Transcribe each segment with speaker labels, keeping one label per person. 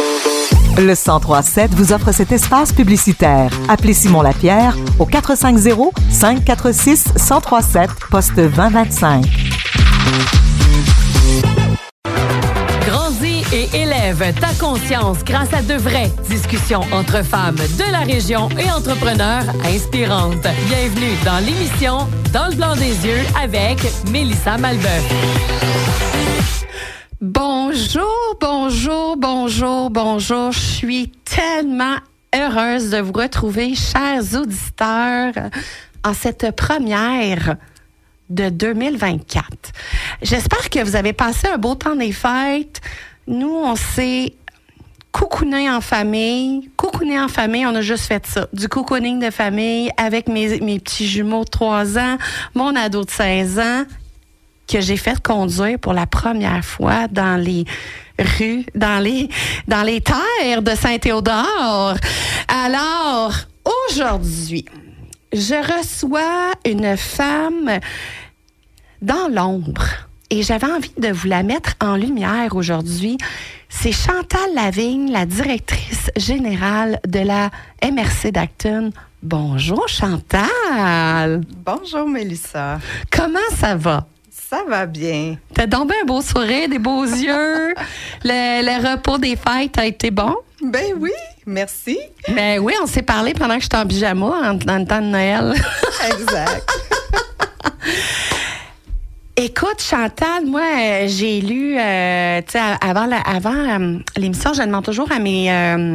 Speaker 1: Le 103.7 vous offre cet espace publicitaire. Appelez Simon Lapierre au 450-546-1037, poste 2025.
Speaker 2: Grandis et élève ta conscience grâce à de vraies discussions entre femmes de la région et entrepreneurs inspirantes. Bienvenue dans l'émission Dans le blanc des yeux avec Mélissa Malbeuf.
Speaker 3: Bonjour, bonjour, bonjour, bonjour. Je suis tellement heureuse de vous retrouver, chers auditeurs, en cette première de 2024. J'espère que vous avez passé un beau temps des fêtes. Nous, on s'est coucouné en famille. Coucouné en famille, on a juste fait ça. Du cocooning de famille avec mes petits jumeaux de 3 ans, mon ado de 16 ans, que j'ai fait conduire pour la première fois dans les rues, dans les terres de Saint-Théodore. Alors, aujourd'hui, je reçois une femme dans l'ombre et j'avais envie de vous la mettre en lumière aujourd'hui. C'est Chantal Lavigne, la directrice générale de la MRC d'Acton. Bonjour Chantal.
Speaker 4: Bonjour Mélissa.
Speaker 3: Comment ça va?
Speaker 4: Ça va bien.
Speaker 3: T'as donc bien un beau sourire, des beaux yeux. Le repos des fêtes a été bon?
Speaker 4: Ben oui, merci.
Speaker 3: Ben oui, on s'est parlé pendant que j'étais en pyjama dans le temps de Noël.
Speaker 4: Exact.
Speaker 3: Écoute, Chantal, moi, j'ai lu, tu sais, avant l'émission, je demande toujours à mes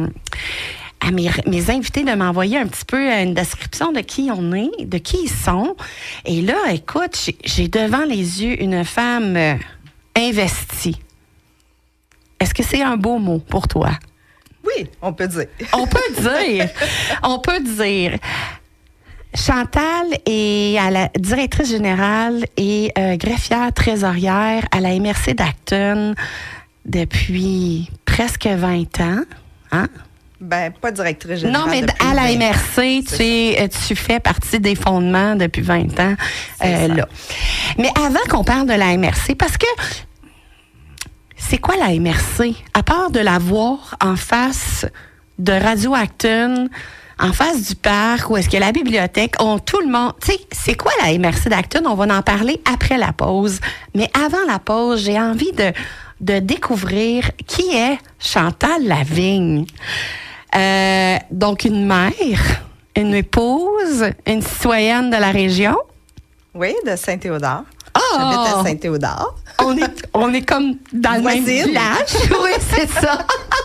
Speaker 3: invités de m'envoyer un petit peu une description de qui on est, de qui ils sont. Et là, écoute, j'ai devant les yeux une femme investie. Est-ce que c'est un beau mot pour toi?
Speaker 4: Oui, on peut dire.
Speaker 3: On peut dire. On peut dire. Chantal est à la directrice générale et greffière trésorière à la MRC d'Acton depuis presque 20 ans. Hein?
Speaker 4: Ben, pas directrice générale.
Speaker 3: Non, mais à la MRC, tu fais partie des fondements depuis 20 ans. Là. Mais avant qu'on parle de la MRC, parce que c'est quoi la MRC? À part de la voir en face de Radio Acton, en face du parc, où est-ce que la bibliothèque, tout le monde... Tu sais, c'est quoi la MRC d'Acton? On va en parler après la pause. Mais avant la pause, j'ai envie de découvrir qui est Chantal Lavigne. Donc, une mère, une épouse, une citoyenne de la région.
Speaker 4: Oui, de Saint-Théodore.
Speaker 3: Oh!
Speaker 4: J'habite à Saint-Théodore.
Speaker 3: On est comme dans le même village. Oui, c'est ça.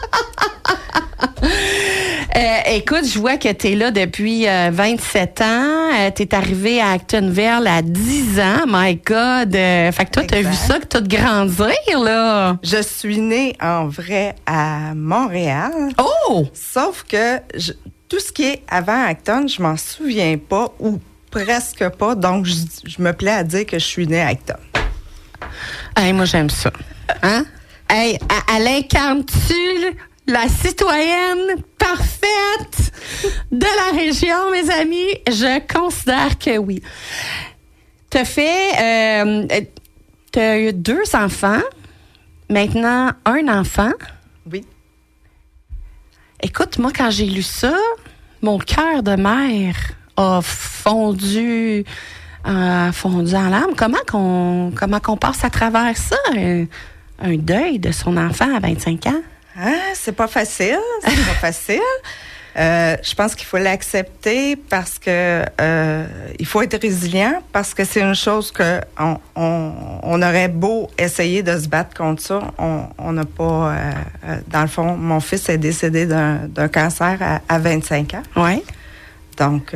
Speaker 3: Écoute, je vois que tu es là depuis 27 ans. Tu es arrivée à Actonville à 10 ans. My God! Fait que toi, tu as vu ça, que tu as de grandir, là.
Speaker 4: Je suis née en vrai à Montréal.
Speaker 3: Oh!
Speaker 4: Sauf que tout ce qui est avant Acton, je m'en souviens pas ou presque pas. Donc, je me plais à dire que je suis née à Acton.
Speaker 3: Hey, moi, j'aime ça. Hein? Hey, elle incarne-tu la citoyenne parfaite de la région, mes amis? Je considère que oui. T'as eu 2 enfants, maintenant un enfant.
Speaker 4: Oui.
Speaker 3: Écoute, moi, quand j'ai lu ça, mon cœur de mère a fondu en larmes. Comment qu'on passe à travers ça, un deuil de son enfant à 25 ans?
Speaker 4: Hein? C'est pas facile. Je pense qu'il faut l'accepter parce que il faut être résilient parce que c'est une chose que on aurait beau essayer de se battre contre ça, on n'a pas. Dans le fond, mon fils est décédé d'un cancer à 25 ans.
Speaker 3: Oui.
Speaker 4: Donc,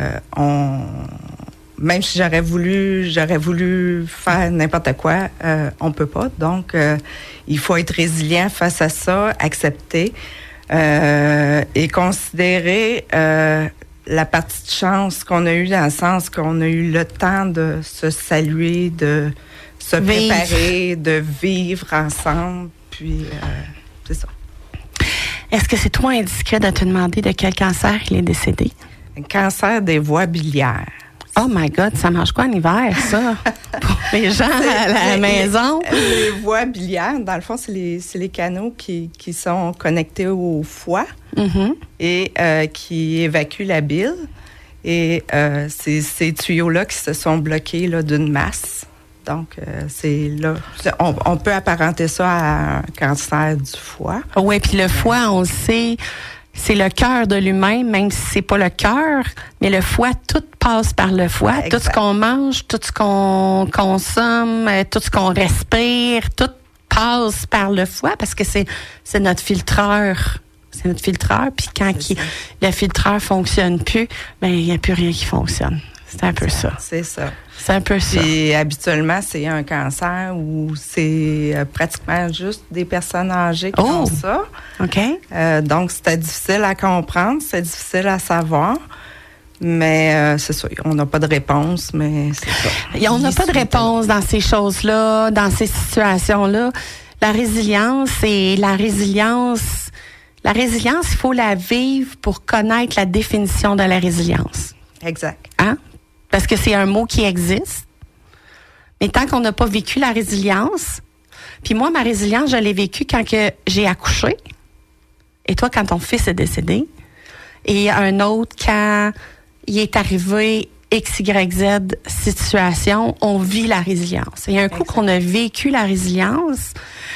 Speaker 4: même si j'aurais voulu faire n'importe quoi, on peut pas. Donc, il faut être résilient face à ça, accepter et considérer la partie de chance qu'on a eue dans le sens qu'on a eu le temps de se saluer, de se préparer, de vivre ensemble. Puis, c'est ça.
Speaker 3: Est-ce que c'est trop indiscret de te demander de quel cancer il est décédé?
Speaker 4: Un cancer des voies biliaires.
Speaker 3: Oh my God, ça mange quoi en hiver, ça? les gens à la maison.
Speaker 4: Les voies biliaires, dans le fond, c'est les canaux qui sont connectés au foie et qui évacuent la bile. Et c'est ces tuyaux-là qui se sont bloqués là, d'une masse. Donc, c'est là. On peut apparenter ça à un cancer du foie.
Speaker 3: Oui, puis le foie, on le sait, c'est le cœur de l'humain, même si c'est pas le cœur, mais le foie, tout passe par le foie. Exact. Tout ce qu'on mange, tout ce qu'on consomme, tout ce qu'on respire, tout passe par le foie parce que c'est notre filtreur. C'est notre filtreur, puis quand le filtreur fonctionne plus, ben il n'y a plus rien qui fonctionne. C'est un peu ça.
Speaker 4: C'est ça.
Speaker 3: C'est un peu ça.
Speaker 4: Puis habituellement, c'est un cancer où c'est pratiquement juste des personnes âgées qui ont ça.
Speaker 3: OK.
Speaker 4: Donc, c'était difficile à comprendre, c'est difficile à savoir. Mais c'est ça, on n'a pas de réponse, mais c'est ça.
Speaker 3: On n'a pas de réponse dans ces choses-là, dans ces situations-là. La résilience, il faut la vivre pour connaître la définition de la résilience.
Speaker 4: Exact.
Speaker 3: Hein? Parce que c'est un mot qui existe. Mais tant qu'on n'a pas vécu la résilience, puis moi, ma résilience, je l'ai vécue quand que j'ai accouché. Et toi, quand ton fils est décédé. Et un autre, quand il est arrivé X, Y, Z situation, on vit la résilience. Et un coup qu'on a vécu la résilience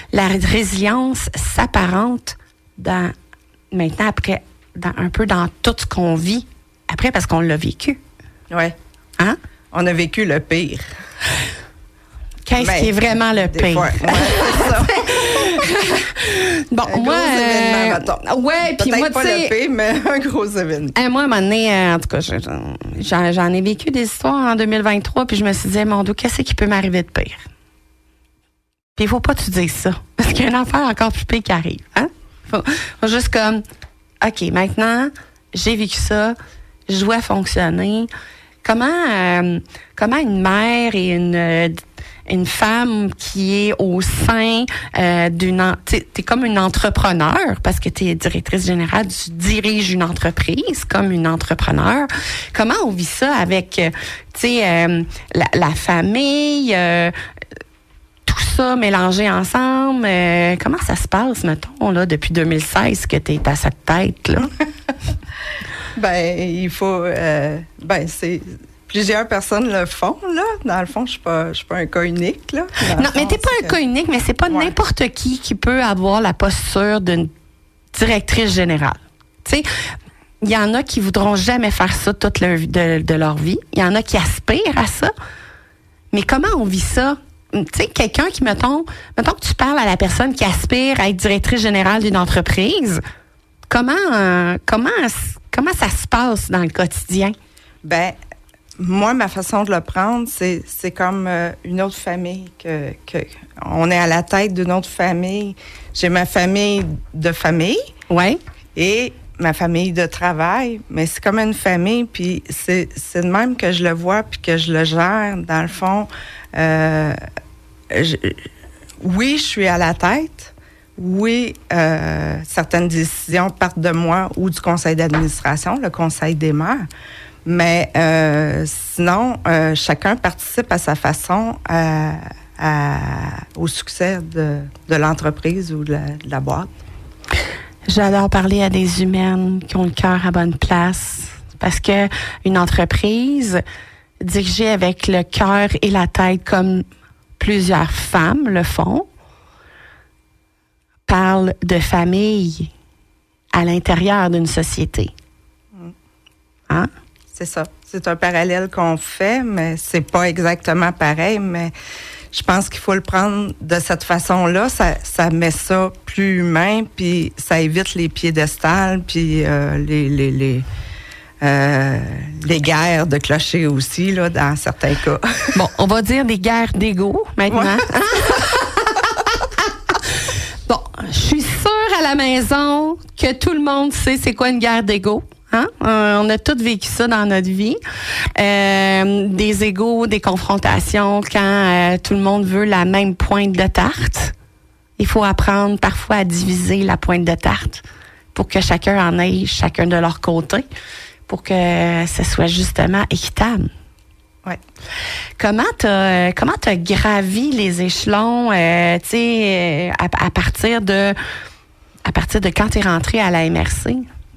Speaker 3: s'apparente maintenant, après, un peu dans tout ce qu'on vit, après, parce qu'on l'a vécu.
Speaker 4: Oui.
Speaker 3: Hein?
Speaker 4: On a vécu le pire.
Speaker 3: Qu'est-ce qui est vraiment le pire?
Speaker 4: Ouais, c'est ça.
Speaker 3: Bon,
Speaker 4: un gros événement, mettons.
Speaker 3: Ouais, puis moi,
Speaker 4: pas le pire, mais un gros événement.
Speaker 3: Moi, à un moment donné, en tout cas, j'en ai vécu des histoires en 2023, puis je me suis dit, mon Dieu, qu'est-ce qui peut m'arriver de pire? Puis il faut pas que tu dises ça, parce qu'il y a une affaire encore plus pire qui arrive. Hein? Faut juste comme, OK, maintenant, j'ai vécu ça, je dois fonctionner. Comment une mère et une femme qui est au sein t'es comme une entrepreneur parce que t'es directrice générale, tu diriges une entreprise comme une entrepreneur. Comment on vit ça avec, la famille, tout ça mélangé ensemble? Comment ça se passe, mettons, là, depuis 2016 que t'es à cette tête, là?
Speaker 4: Il faut... c'est... Plusieurs personnes le font, là. Dans le fond, je suis pas un cas unique, là.
Speaker 3: Non, mais t'es pas un cas unique, mais c'est pas n'importe qui peut avoir la posture d'une directrice générale. Tu sais, il y en a qui voudront jamais faire ça toute de leur vie. Il y en a qui aspirent à ça. Mais comment on vit ça? Tu sais, quelqu'un qui, mettons que tu parles à la personne qui aspire à être directrice générale d'une entreprise, comment ça se passe dans le quotidien?
Speaker 4: Moi, ma façon de le prendre, c'est comme une autre famille que on est à la tête d'une autre famille. J'ai ma famille de famille.
Speaker 3: Ouais.
Speaker 4: Et ma famille de travail, mais c'est comme une famille, puis c'est de même que je le vois puis que je le gère. Dans le fond, oui, je suis à la tête. Oui, certaines décisions partent de moi ou du conseil d'administration, le conseil des maires. Mais sinon, chacun participe à sa façon au succès de l'entreprise ou de la boîte.
Speaker 3: J'adore parler à des humaines qui ont le cœur à bonne place parce que une entreprise dirigée avec le cœur et la tête comme plusieurs femmes le font parle de famille à l'intérieur d'une société. Hein?
Speaker 4: C'est ça. C'est un parallèle qu'on fait, mais c'est pas exactement pareil, mais je pense qu'il faut le prendre de cette façon-là. Ça met ça plus humain, puis ça évite les piédestals, puis les guerres de clochers aussi, là, dans certains cas.
Speaker 3: Bon, on va dire des guerres d'ego, maintenant. Ouais. Bon, je suis sûre à la maison que tout le monde sait c'est quoi une guerre d'ego. Hein? On a tous vécu ça dans notre vie. Des égos, des confrontations quand tout le monde veut la même pointe de tarte. Il faut apprendre parfois à diviser la pointe de tarte pour que chacun en ait chacun de leur côté, pour que ce soit justement équitable.
Speaker 4: Oui.
Speaker 3: Comment t'as gravi les échelons, tu sais, à partir de quand t'es rentrée à la MRC?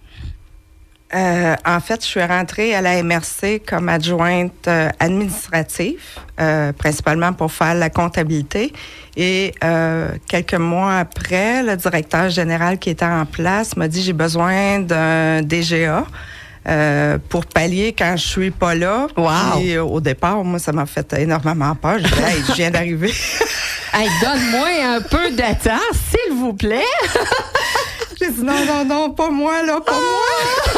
Speaker 4: En fait, je suis rentrée à la MRC comme adjointe administrative, principalement pour faire la comptabilité. Et quelques mois après, le directeur général qui était en place m'a dit « J'ai besoin d'un DGA pour pallier quand je suis pas là. »
Speaker 3: Wow.
Speaker 4: Puis, au départ, moi, ça m'a fait énormément peur. Je disais « Hey, je viens d'arriver. »
Speaker 3: Hey, donne-moi un peu de temps, s'il vous plaît.
Speaker 4: J'ai dit non, pas moi, là, pas moi.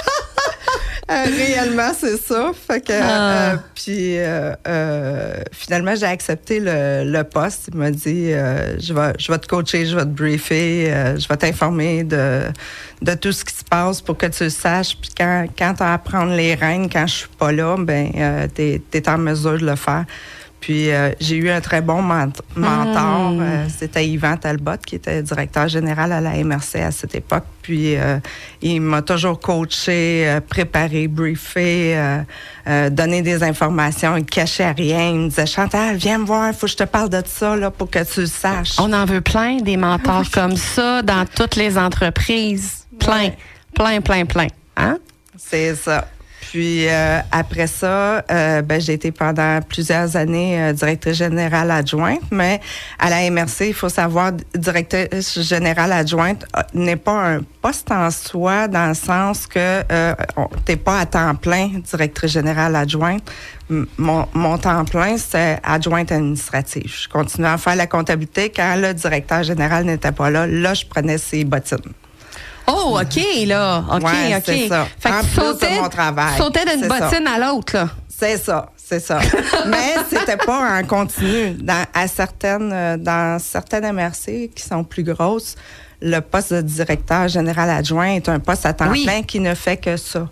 Speaker 4: Réellement, c'est ça. Fait que, puis finalement, j'ai accepté le poste. Il m'a dit, je vais te coacher, je vais te briefer, je vais t'informer de tout ce qui se passe pour que tu le saches. Puis quand tu as à prendre les rênes, quand je suis pas là, ben t'es en mesure de le faire. Puis j'ai eu un très bon mentor. C'était Yvan Talbot, qui était directeur général à la MRC à cette époque. Puis il m'a toujours coaché, préparé, briefé, donné des informations. Il ne cachait rien. Il me disait « Chantal, viens me voir, il faut que je te parle de ça là, pour que tu le saches. »
Speaker 3: On en veut plein, des mentors comme ça, dans toutes les entreprises. Plein. Hein?
Speaker 4: C'est ça. Puis après ça, j'ai été pendant plusieurs années directrice générale adjointe, mais à la MRC, il faut savoir, directrice générale adjointe n'est pas un poste en soi, dans le sens que t'es pas à temps plein directrice générale adjointe. Mon temps plein, c'est adjointe administrative. Je continuais à faire la comptabilité quand le directeur général n'était pas là. Là, je prenais ses bottines.
Speaker 3: Oh, OK, là. OK.
Speaker 4: C'est ça.
Speaker 3: Fait que
Speaker 4: en plus de mon travail.
Speaker 3: Sautais d'une bottine à l'autre, là.
Speaker 4: C'est ça. Mais c'était pas en continu. Dans certaines MRC qui sont plus grosses, le poste de directeur général adjoint est un poste à temps plein qui ne fait que ça.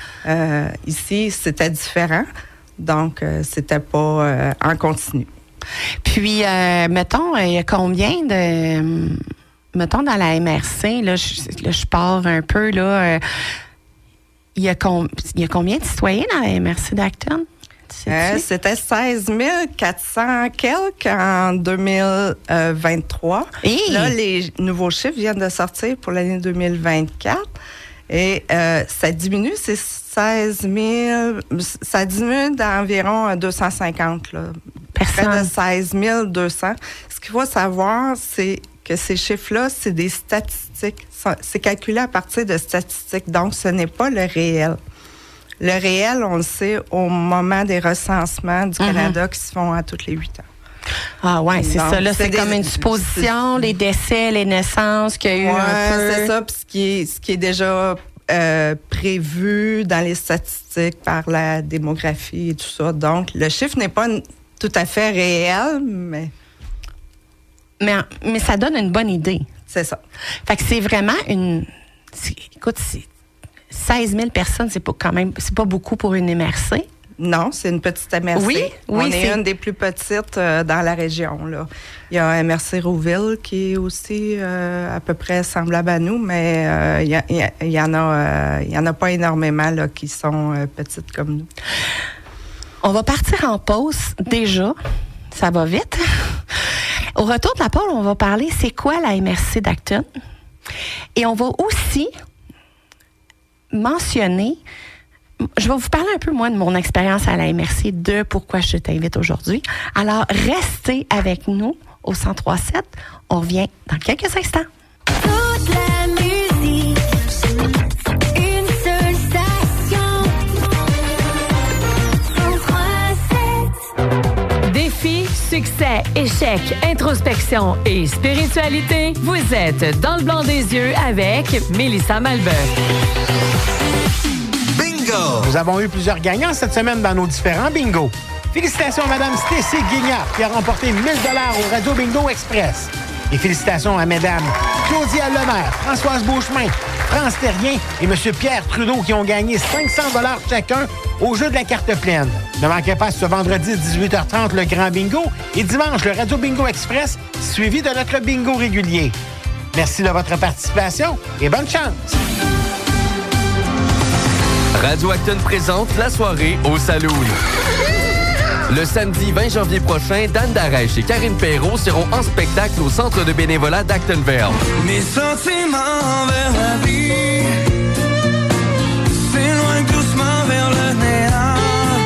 Speaker 4: Ici, c'était différent. Donc, c'était pas en continu.
Speaker 3: Puis, mettons, il y a combien de... Mettons, dans la MRC, là, je pars un peu, là. Il y a combien de citoyens dans la MRC d'Acton?
Speaker 4: C'était 16 400 quelques en 2023. Là, les nouveaux chiffres viennent de sortir pour l'année 2024. Et ça diminue, c'est 16 000... Ça diminue d'environ 250, là. Près de 16 200. Ce qu'il faut savoir, c'est que ces chiffres-là, c'est des statistiques. C'est calculé à partir de statistiques. Donc, ce n'est pas le réel. Le réel, on le sait au moment des recensements du Canada qui se font à tous les 8 ans.
Speaker 3: Ah ouais, c'est ça. Là, c'est comme une supposition, les décès, les naissances qu'il y a eu un peu.
Speaker 4: C'est ça. Puis ce qui est déjà prévu dans les statistiques par la démographie et tout ça. Donc, le chiffre n'est pas tout à fait réel, mais
Speaker 3: ça donne une bonne idée.
Speaker 4: C'est ça.
Speaker 3: Fait que c'est vraiment écoute, 16 000 personnes, c'est pas beaucoup pour une MRC.
Speaker 4: Non, c'est une petite MRC.
Speaker 3: Oui,
Speaker 4: on est une des plus petites dans la région, là. Il y a MRC Rouville qui est aussi à peu près semblable à nous, mais il y en a pas énormément là, qui sont petites comme nous.
Speaker 3: On va partir en pause déjà. Ça va vite. Au retour de la pause, on va parler c'est quoi la MRC d'Acton. Et on va aussi mentionner, je vais vous parler un peu, moi, de mon expérience à la MRC, de pourquoi je t'invite aujourd'hui. Alors, restez avec nous au 103.7. On revient dans quelques instants.
Speaker 5: Toute la musique, une seule station, 103.7.
Speaker 2: Défi, succès, échec, introspection et spiritualité, vous êtes dans le blanc des yeux avec Mélissa Malbeuf.
Speaker 6: Nous avons eu plusieurs gagnants cette semaine dans nos différents bingos. Félicitations à Mme Stécie Guignard qui a remporté 1 000 $ au Radio Bingo Express. Et félicitations à Mme Claudia Lemaire, Françoise Beauchemin, France Terrien et M. Pierre Trudeau qui ont gagné 500 $ chacun au jeu de la carte pleine. Ne manquez pas ce vendredi 18h30 le Grand Bingo et dimanche le Radio Bingo Express suivi de notre bingo régulier. Merci de votre participation et bonne chance!
Speaker 7: Radio Acton présente la soirée au Saloon. Le samedi 20 janvier prochain, Dan Darèche et Karine Perrault seront en spectacle au centre de bénévolat d'Actonville.
Speaker 8: Mes sentiments vers la vie s'éloignent doucement vers le néant.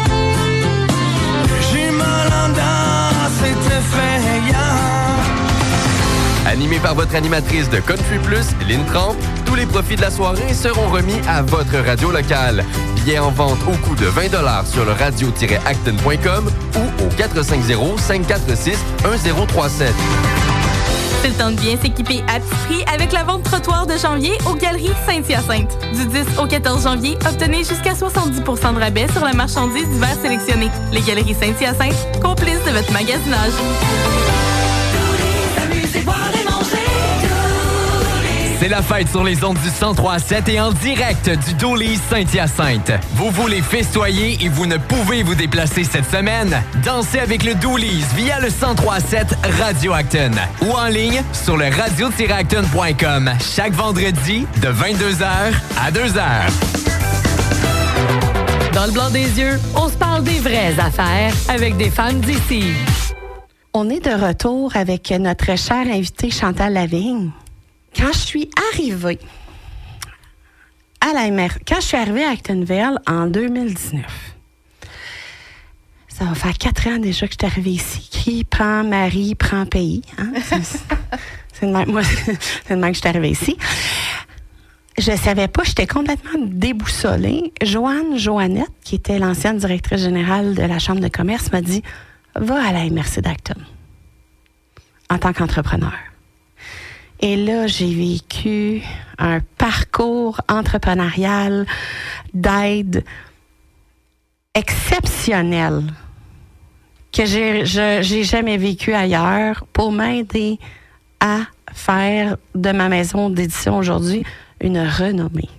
Speaker 8: J'ai mal en dedans, c'est effrayant.
Speaker 7: Animé par votre animatrice de Country Plus, Lynn Trempe, tous les profits de la soirée seront remis à votre radio locale. Billets en vente au coût de 20 sur le radio-acton.com ou au 450-546-1037.
Speaker 9: C'est le temps de bien s'équiper à petit prix avec la vente trottoir de janvier aux Galeries Saint-Hyacinthe. Du 10 au 14 janvier, obtenez jusqu'à 70 de rabais sur la marchandise d'hiver sélectionnée. Les Galeries Saint-Hyacinthe, complices de votre magasinage.
Speaker 10: C'est la fête sur les ondes du 103.7 et en direct du Dooley's Saint-Hyacinthe. Vous voulez festoyer et vous ne pouvez vous déplacer cette semaine? Dansez avec le Dooley's via le 103.7 Radio Acton ou en ligne sur le radio-acton.com chaque vendredi de 22h à 2h.
Speaker 2: Dans le blanc des yeux, on se parle des vraies affaires avec des femmes d'ici.
Speaker 3: On est de retour avec notre chère invitée Chantal Lavigne. Quand je suis arrivée quand je suis arrivée à Actonville en 2019, ça va faire 4 ans déjà que je suis arrivée ici. Qui prend mari, prend pays. Hein? C'est de même, moi, c'est de même que je suis arrivée ici. Je savais pas, j'étais complètement déboussolée. Joannette, qui était l'ancienne directrice générale de la Chambre de commerce, m'a dit « Va à la MRC d'Acton en tant qu'entrepreneur. » Et là, j'ai vécu un parcours entrepreneurial d'aide exceptionnel que j'ai jamais vécu ailleurs pour m'aider à faire de ma maison d'édition aujourd'hui une renommée.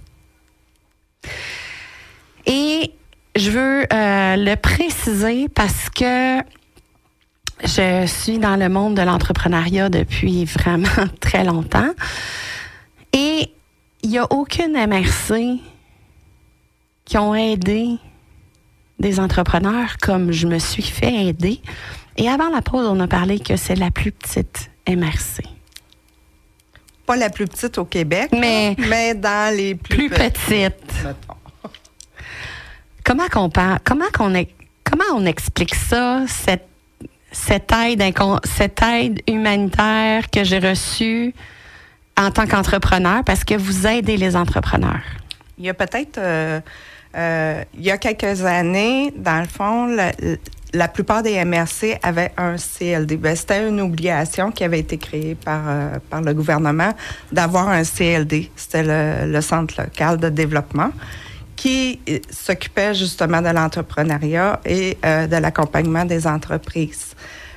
Speaker 3: Et je veux le préciser parce que je suis dans le monde de l'entrepreneuriat depuis vraiment très longtemps. Et il n'y a aucune MRC qui ont aidé des entrepreneurs comme je me suis fait aider. Et avant la pause, on a parlé que c'est la plus petite MRC.
Speaker 4: Pas la plus petite au Québec, mais dans les plus
Speaker 3: petites. Comment on explique ça, cette aide humanitaire que j'ai reçue en tant qu'entrepreneur, parce que vous aidez les entrepreneurs?
Speaker 4: Il y a peut-être, il y a quelques années, dans le fond, la plupart des MRC avaient un CLD. Ben, c'était une obligation qui avait été créée par le gouvernement d'avoir un CLD. C'était le Centre local de développement qui s'occupait justement de l'entrepreneuriat et de l'accompagnement des entreprises.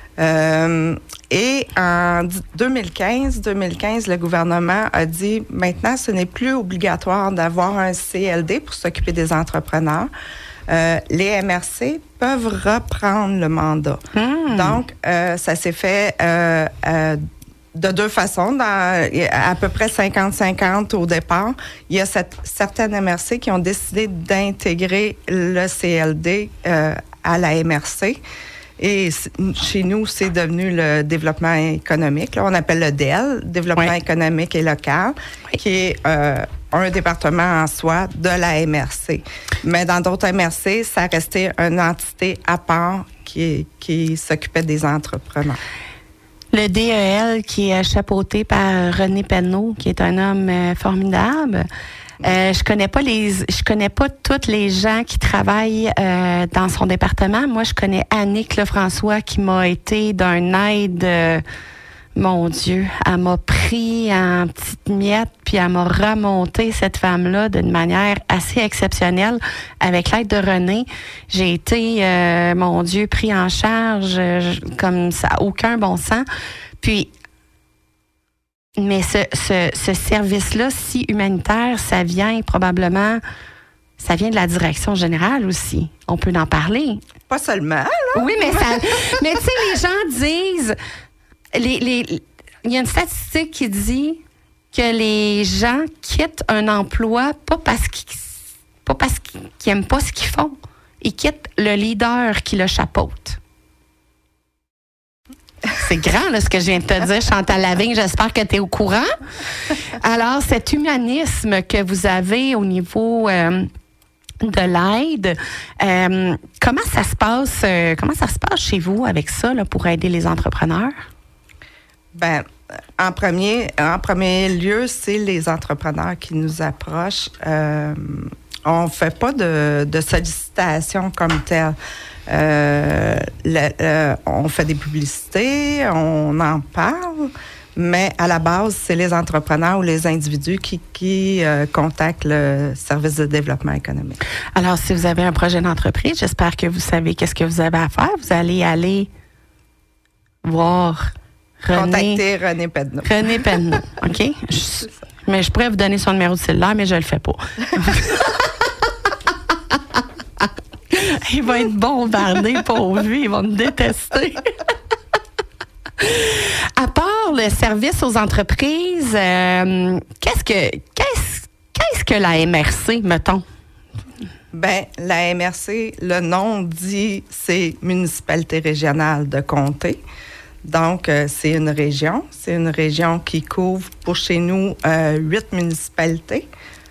Speaker 4: Et en 2015, le gouvernement a dit, maintenant, ce n'est plus obligatoire d'avoir un CLD pour s'occuper des entrepreneurs. Les MRC peuvent reprendre le mandat. Donc, ça s'est fait de deux façons, à peu près 50-50 au départ. Il y a certaines MRC qui ont décidé d'intégrer le CLD à la MRC. Et chez nous, c'est devenu le développement économique. Là, on appelle le DEL, développement économique et local, qui est un département en soi de la MRC. Mais dans d'autres MRC, ça restait une entité à part qui s'occupait des entrepreneurs.
Speaker 3: Le DEL, qui est chapeauté par René Penneau, qui est un homme formidable. Je connais pas toutes les gens qui travaillent dans son département. Moi, je connais Annick Lefrançois qui m'a été d'un aide. Mon Dieu, elle m'a pris en petites miettes, puis elle m'a remonté cette femme-là d'une manière assez exceptionnelle. Avec l'aide de René, j'ai été, mon Dieu, pris en charge comme ça, aucun bon sens. Puis, mais ce service-là, si humanitaire, ça vient de la direction générale aussi. On peut en parler.
Speaker 4: Pas seulement, là.
Speaker 3: Oui, mais mais tu sais, les gens disent... Il y a une statistique qui dit que les gens quittent un emploi pas parce qu'ils n'aiment pas ce qu'ils font. Ils quittent le leader qui le chapeaute. C'est grand, là, ce que je viens de te dire, Chantal Lavigne. J'espère que tu es au courant. Alors, cet humanisme que vous avez au niveau de l'aide, comment ça se passe chez vous avec ça, là, pour aider les entrepreneurs?
Speaker 4: Ben, en premier lieu, c'est les entrepreneurs qui nous approchent. On ne fait pas de sollicitation comme telle. On fait des publicités, on en parle, mais à la base, c'est les entrepreneurs ou les individus qui contactent le service de développement économique.
Speaker 3: Alors, si vous avez un projet d'entreprise, j'espère que vous savez qu'est-ce que vous avez à faire. Vous allez aller voir
Speaker 4: contacter René Pedneau.
Speaker 3: René Pedneau, OK? Mais je pourrais vous donner son numéro de cellulaire, mais je le fais pas. Il va être bombardé, pauvre lui. Il va me détester. À part le service aux entreprises, qu'est-ce que la MRC, mettons?
Speaker 4: Ben, la MRC, le nom dit, c'est Municipalité régionale de Comté. Donc, c'est une région. C'est une région qui couvre, pour chez nous, 8 municipalités.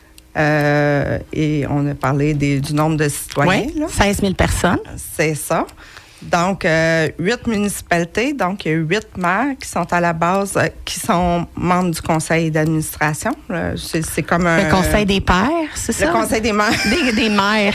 Speaker 4: Et on a parlé du nombre de citoyens.
Speaker 3: Oui, 16 000 personnes.
Speaker 4: C'est ça. Donc, 8 municipalités. Donc, il y a 8 maires qui sont à la base, qui sont membres du conseil d'administration. C'est comme un...
Speaker 3: Le conseil des pairs, c'est ça?
Speaker 4: Le conseil des maires.
Speaker 3: Des maires.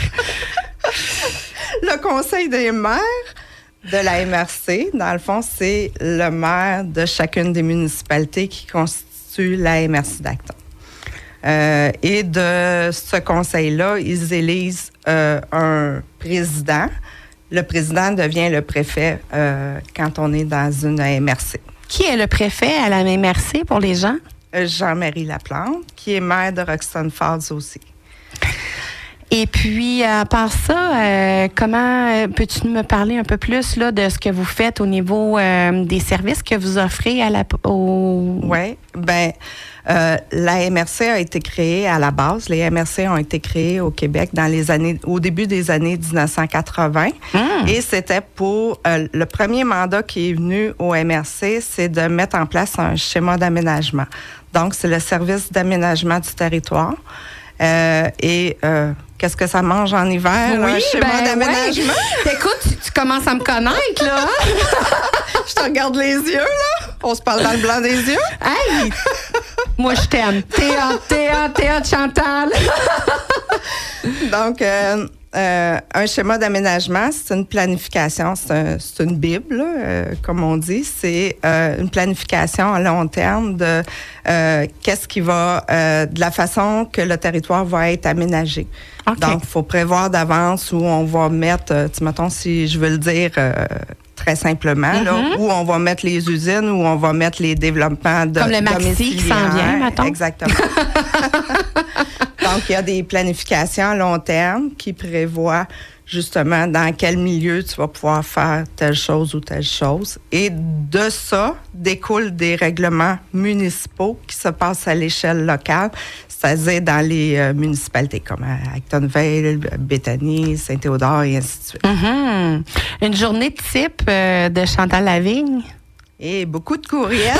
Speaker 4: Le conseil des maires de la MRC, dans le fond, c'est le maire de chacune des municipalités qui constituent la MRC d'Acton. Et de ce conseil-là, ils élisent un président. Le président devient le préfet quand on est dans une MRC.
Speaker 3: Qui est le préfet à la MRC pour les gens?
Speaker 4: Jean-Marie Laplante, qui est maire de Roxton Falls aussi.
Speaker 3: Et puis, à part ça, comment peux-tu me parler un peu plus là, de ce que vous faites au niveau des services que vous offrez à
Speaker 4: Oui, bien, la MRC a été créée à la base. Les MRC ont été créées au Québec au début des années 1980. Et c'était pour le premier mandat qui est venu au MRC, c'est de mettre en place un schéma d'aménagement. Donc, c'est le service d'aménagement du territoire. Qu'est-ce que ça mange en hiver,
Speaker 3: oui,
Speaker 4: un schéma d'aménagement?
Speaker 3: Ouais. Écoute, tu commences à me connaître, là.
Speaker 4: Je te regarde les yeux, là. On se parle dans le blanc des yeux.
Speaker 3: Hey! Moi, je t'aime. Théâtre, Chantal.
Speaker 4: Donc, un schéma d'aménagement, c'est une planification, c'est une Bible, là, comme on dit. C'est une planification à long terme de qu'est-ce qui va, de la façon que le territoire va être aménagé. Okay. Donc, il faut prévoir d'avance où on va mettre, mettons, si je veux le dire très simplement, là, où on va mettre les usines, où on va mettre les développements de
Speaker 3: comme le Maxi qui s'en vient, mettons.
Speaker 4: Exactement. Donc, il y a des planifications à long terme qui prévoient justement dans quel milieu tu vas pouvoir faire telle chose ou telle chose. Et de ça découlent des règlements municipaux qui se passent à l'échelle locale, c'est-à-dire dans les municipalités comme Actonville, Béthanie, Saint-Théodore et ainsi de suite.
Speaker 3: Une journée type de Chantal Lavigne?
Speaker 4: Et beaucoup de courriels.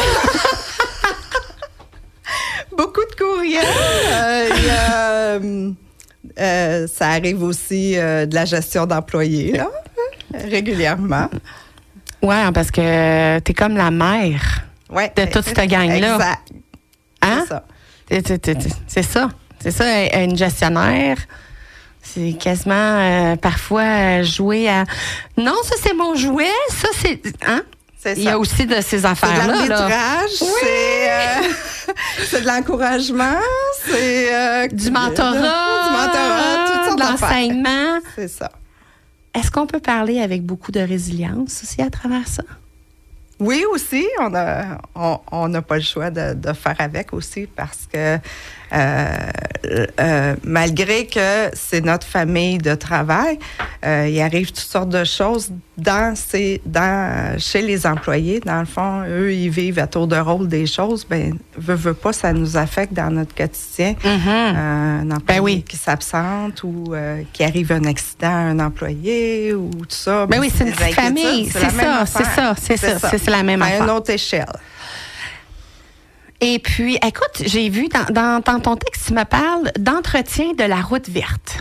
Speaker 4: Beaucoup de courriels. Ça arrive aussi de la gestion d'employés, là, régulièrement.
Speaker 3: Oui, parce que t'es comme la mère de toute cette gang-là.
Speaker 4: Exact.
Speaker 3: Hein?
Speaker 4: C'est ça.
Speaker 3: C'est ça. C'est ça, une gestionnaire. C'est quasiment parfois jouer à... Non, ça, c'est mon jouet. Ça, c'est... Hein?
Speaker 4: C'est ça.
Speaker 3: Il y a aussi de ces affaires-là.
Speaker 4: C'est de l'arbitrage,
Speaker 3: oui.
Speaker 4: C'est de l'encouragement, c'est...
Speaker 3: du mentorat,
Speaker 4: toutes sortes
Speaker 3: de l'enseignement.
Speaker 4: C'est ça.
Speaker 3: Est-ce qu'on peut parler avec beaucoup de résilience aussi à travers ça?
Speaker 4: Oui, aussi. On n'a pas le choix de faire avec aussi parce que Malgré que c'est notre famille de travail, il arrive toutes sortes de choses chez les employés. Dans le fond, eux, ils vivent à tour de rôle des choses. Veut pas, ça nous affecte dans notre quotidien. Un employé qui s'absente ou qui arrive un accident à un employé ou tout ça.
Speaker 3: Oui, c'est une petite famille. C'est la même affaire.
Speaker 4: À une autre échelle.
Speaker 3: Et puis, écoute, j'ai vu dans ton texte, tu me parles d'entretien de la route verte.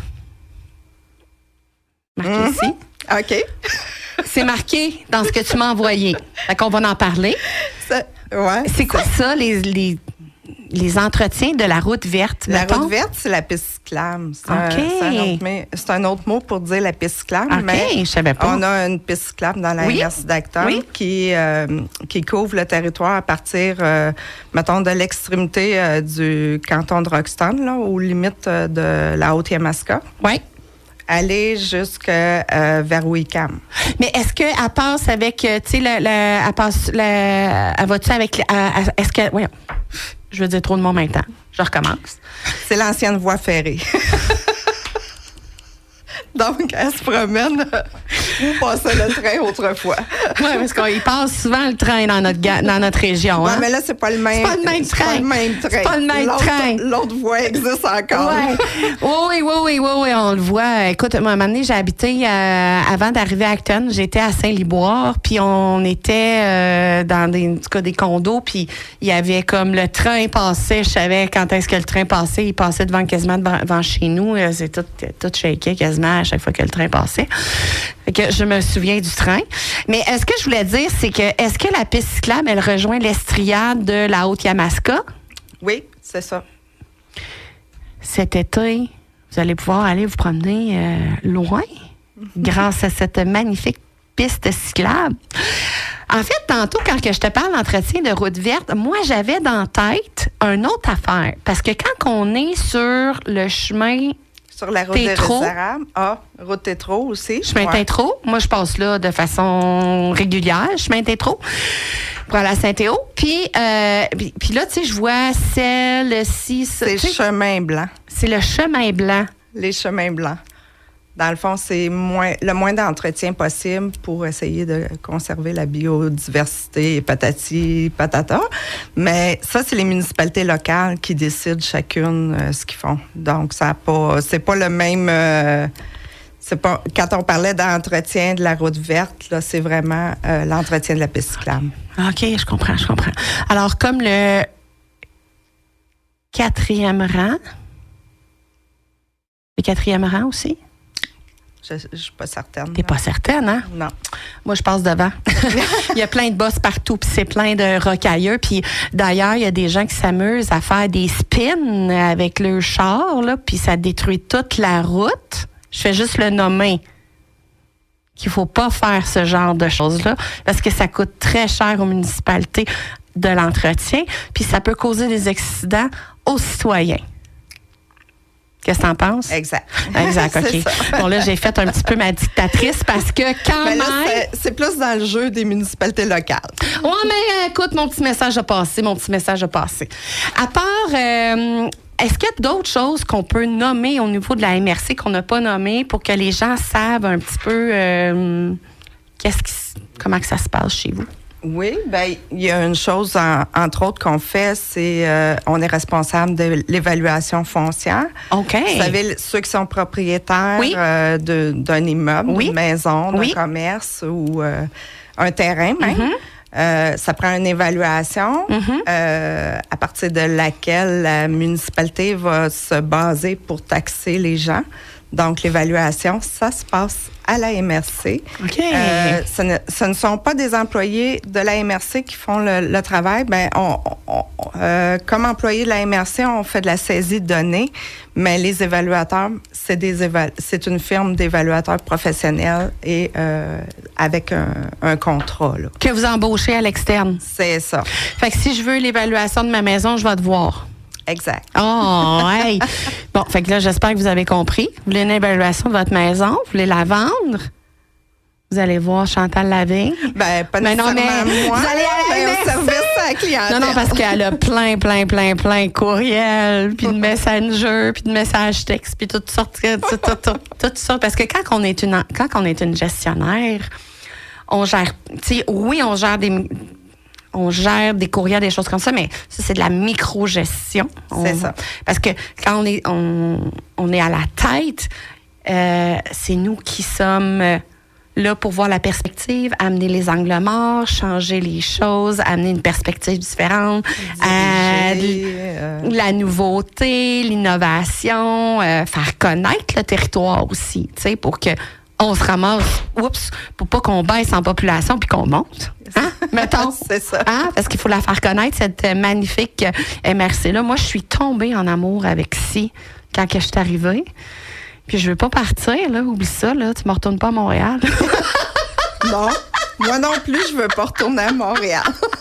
Speaker 3: Marqué ici.
Speaker 4: OK.
Speaker 3: C'est marqué dans ce que tu m'as envoyé. Fait qu'on va en parler. C'est quoi ça, les entretiens de la route verte?
Speaker 4: La route verte, c'est la piste cyclable. C'est un autre mot pour dire la piste cyclable.
Speaker 3: OK, je savais pas.
Speaker 4: On a une piste cyclable dans la MRC d'Acton qui couvre le territoire à partir, mettons, de l'extrémité du canton de Roxton, là, aux limites de la Haute-Yamaska.
Speaker 3: Oui.
Speaker 4: Aller jusqu'à vers Wickham.
Speaker 3: Mais est-ce qu'elle passe avec, tu sais, elle va-tu avec, est-ce que, voyons, je veux dire trop de mots en même temps. Je recommence.
Speaker 4: C'est l'ancienne voie ferrée. Donc, elle se promène où passait le train autrefois.
Speaker 3: Oui, parce qu'il passe souvent le train dans notre région.
Speaker 4: Oui, mais là, c'est pas le même train.
Speaker 3: C'est pas le même train.
Speaker 4: L'autre voie existe encore.
Speaker 3: Oui, on le voit. Écoute, à un moment donné, j'ai habité, avant d'arriver à Acton, j'étais à Saint-Liboire, puis on était dans des condos, puis il y avait comme le train passait, je savais quand est-ce que le train passait, il passait quasiment devant chez nous, c'est tout shaké quasiment à chaque fois que le train passait. Fait que je me souviens du train. Mais ce que je voulais dire, c'est que est-ce que la piste cyclable, elle rejoint l'estrillade de la Haute-Yamaska?
Speaker 4: Oui, c'est ça.
Speaker 3: Cet été, vous allez pouvoir aller vous promener loin grâce à cette magnifique piste cyclable. En fait, tantôt, quand je te parle d'entretien de route verte, moi, j'avais dans la tête une autre affaire. Parce que quand on est sur le chemin...
Speaker 4: Sur la route des Arables. Route Tétro aussi.
Speaker 3: Chemin Tétro. Moi, je passe là de façon régulière, chemin Tétro, pour aller à Saint-Théo. Puis là, tu sais, je vois celle-ci.
Speaker 4: C'est le chemin blanc.
Speaker 3: C'est le chemin blanc.
Speaker 4: Les chemins blancs. Dans le fond, c'est le moins d'entretien possible pour essayer de conserver la biodiversité, patati, patata. Mais ça, c'est les municipalités locales qui décident chacune ce qu'ils font. Donc, c'est pas le même... quand on parlait d'entretien de la route verte, là, c'est vraiment l'entretien de la piste cyclable.
Speaker 3: OK, je comprends. Alors, comme le 4e rang... Le 4e rang aussi?
Speaker 4: Je ne suis pas certaine.
Speaker 3: T'es pas certaine, hein?
Speaker 4: Non.
Speaker 3: Moi, je passe devant. Il y a plein de bosses partout, puis c'est plein de rocailleux. Puis d'ailleurs, il y a des gens qui s'amusent à faire des spins avec leur char, là, puis ça détruit toute la route. Je fais juste le nommer. Qu'il faut pas faire ce genre de choses-là, parce que ça coûte très cher aux municipalités de l'entretien, puis ça peut causer des accidents aux citoyens. Qu'est-ce que t'en penses?
Speaker 4: Exact,
Speaker 3: OK. Bon, là, j'ai fait un petit peu ma dictatrice parce que même...
Speaker 4: c'est plus dans le jeu des municipalités locales.
Speaker 3: Oui, mais écoute, mon petit message a passé. À part... est-ce qu'il y a d'autres choses qu'on peut nommer au niveau de la MRC qu'on n'a pas nommées pour que les gens savent un petit peu comment que ça se passe chez vous?
Speaker 4: Oui, il y a une chose, entre autres, qu'on fait, c'est on est responsable de l'évaluation foncière.
Speaker 3: OK.
Speaker 4: Vous savez, ceux qui sont propriétaires d'un immeuble, d'une maison, d'un commerce ou un terrain même. Ça prend une évaluation à partir de laquelle la municipalité va se baser pour taxer les gens. Donc, l'évaluation, ça se passe à la MRC.
Speaker 3: OK.
Speaker 4: Ce ne sont pas des employés de la MRC qui font le travail. Comme employés de la MRC, on fait de la saisie de données, mais les évaluateurs, c'est une firme d'évaluateurs professionnels et avec un contrat. Là.
Speaker 3: Que vous embauchez à l'externe.
Speaker 4: C'est ça.
Speaker 3: Fait que si je veux l'évaluation de ma maison, je vais te voir.
Speaker 4: Exact.
Speaker 3: Oh, hey! Bon, fait que là, j'espère que vous avez compris. Vous voulez une évaluation de votre maison? Vous voulez la vendre? Vous allez voir Chantal Lavigne.
Speaker 4: Ben, pas
Speaker 3: Mais non,
Speaker 4: nécessairement
Speaker 3: mais
Speaker 4: moi,
Speaker 3: vous allez aller
Speaker 4: mais au service à la clientèle.
Speaker 3: Non, parce qu'elle a plein de courriels, puis de messenger, puis de messages textes, puis toutes sortes, tout ça. Parce que quand on est une gestionnaire, on gère, tu sais, oui, on gère des courriels, des choses comme ça, mais ça, c'est de la micro-gestion.
Speaker 4: C'est ça.
Speaker 3: Parce que quand on est à la tête, c'est nous qui sommes là pour voir la perspective, amener les angles morts, changer les choses, amener une perspective différente, la nouveauté, l'innovation, faire connaître le territoire aussi, tu sais, pour que on se ramasse, pour pas qu'on baisse en population puis qu'on monte. Hein? Mettons.
Speaker 4: C'est ça.
Speaker 3: Hein? Parce qu'il faut la faire connaître, cette magnifique MRC-là. Moi, je suis tombée en amour avec Si quand je suis arrivée. Puis je veux pas partir, là. Oublie ça, là. Tu me retournes pas à Montréal.
Speaker 4: Non. Moi non plus, je veux pas retourner à Montréal.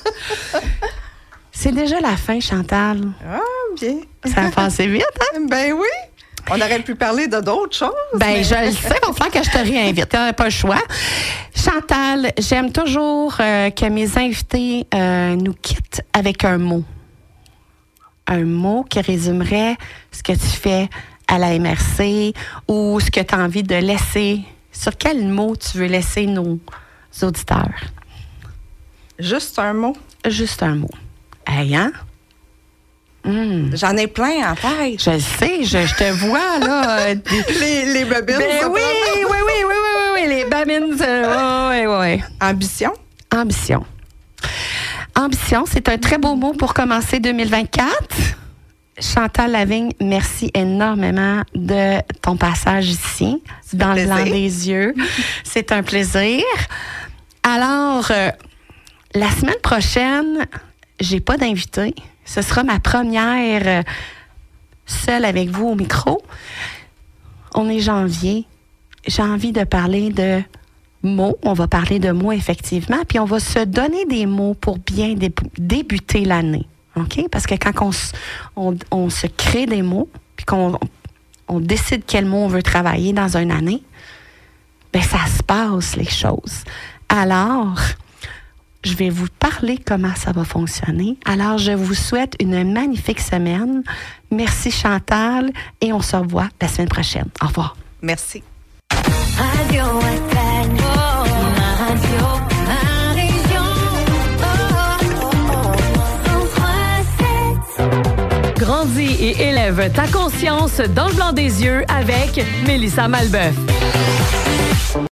Speaker 3: C'est déjà la fin, Chantal.
Speaker 4: Ah, bien.
Speaker 3: Ça a passé vite, hein?
Speaker 4: Ben oui. On aurait pu parler de d'autres choses.
Speaker 3: Ben, je le sais, il va falloir que je te réinvite. Tu n'as pas le choix. Chantal, j'aime toujours que mes invités nous quittent avec un mot. Un mot qui résumerait ce que tu fais à la MRC ou ce que tu as envie de laisser. Sur quel mot tu veux laisser nos auditeurs?
Speaker 4: Juste un mot?
Speaker 3: Juste un mot. Hey, hein?
Speaker 4: J'en ai plein en tête.
Speaker 3: Je le sais, je te vois, là.
Speaker 4: les babines.
Speaker 3: Ben oui, les babines. Oui.
Speaker 4: Ambition?
Speaker 3: Ambition, c'est un très beau mot pour commencer 2024. Chantal Lavigne, merci énormément de ton passage ici, dans le blanc des yeux. C'est un plaisir. Alors, la semaine prochaine, j'ai pas d'invité. Ce sera ma première seule avec vous au micro. On est janvier. J'ai envie de parler de mots. On va parler de mots, effectivement. Puis on va se donner des mots pour bien débuter l'année. OK? Parce que quand on se crée des mots, puis qu'on décide quel mot on veut travailler dans une année, bien, ça se passe, les choses. Alors, je vais vous parler comment ça va fonctionner. Alors, je vous souhaite une magnifique semaine. Merci, Chantal, et on se revoit la semaine prochaine. Au revoir.
Speaker 4: Merci.
Speaker 5: Radio FM, ma radio, ma région. 103.7.
Speaker 2: Grandis et élève ta conscience dans le blanc des yeux avec Mélissa Malbeuf.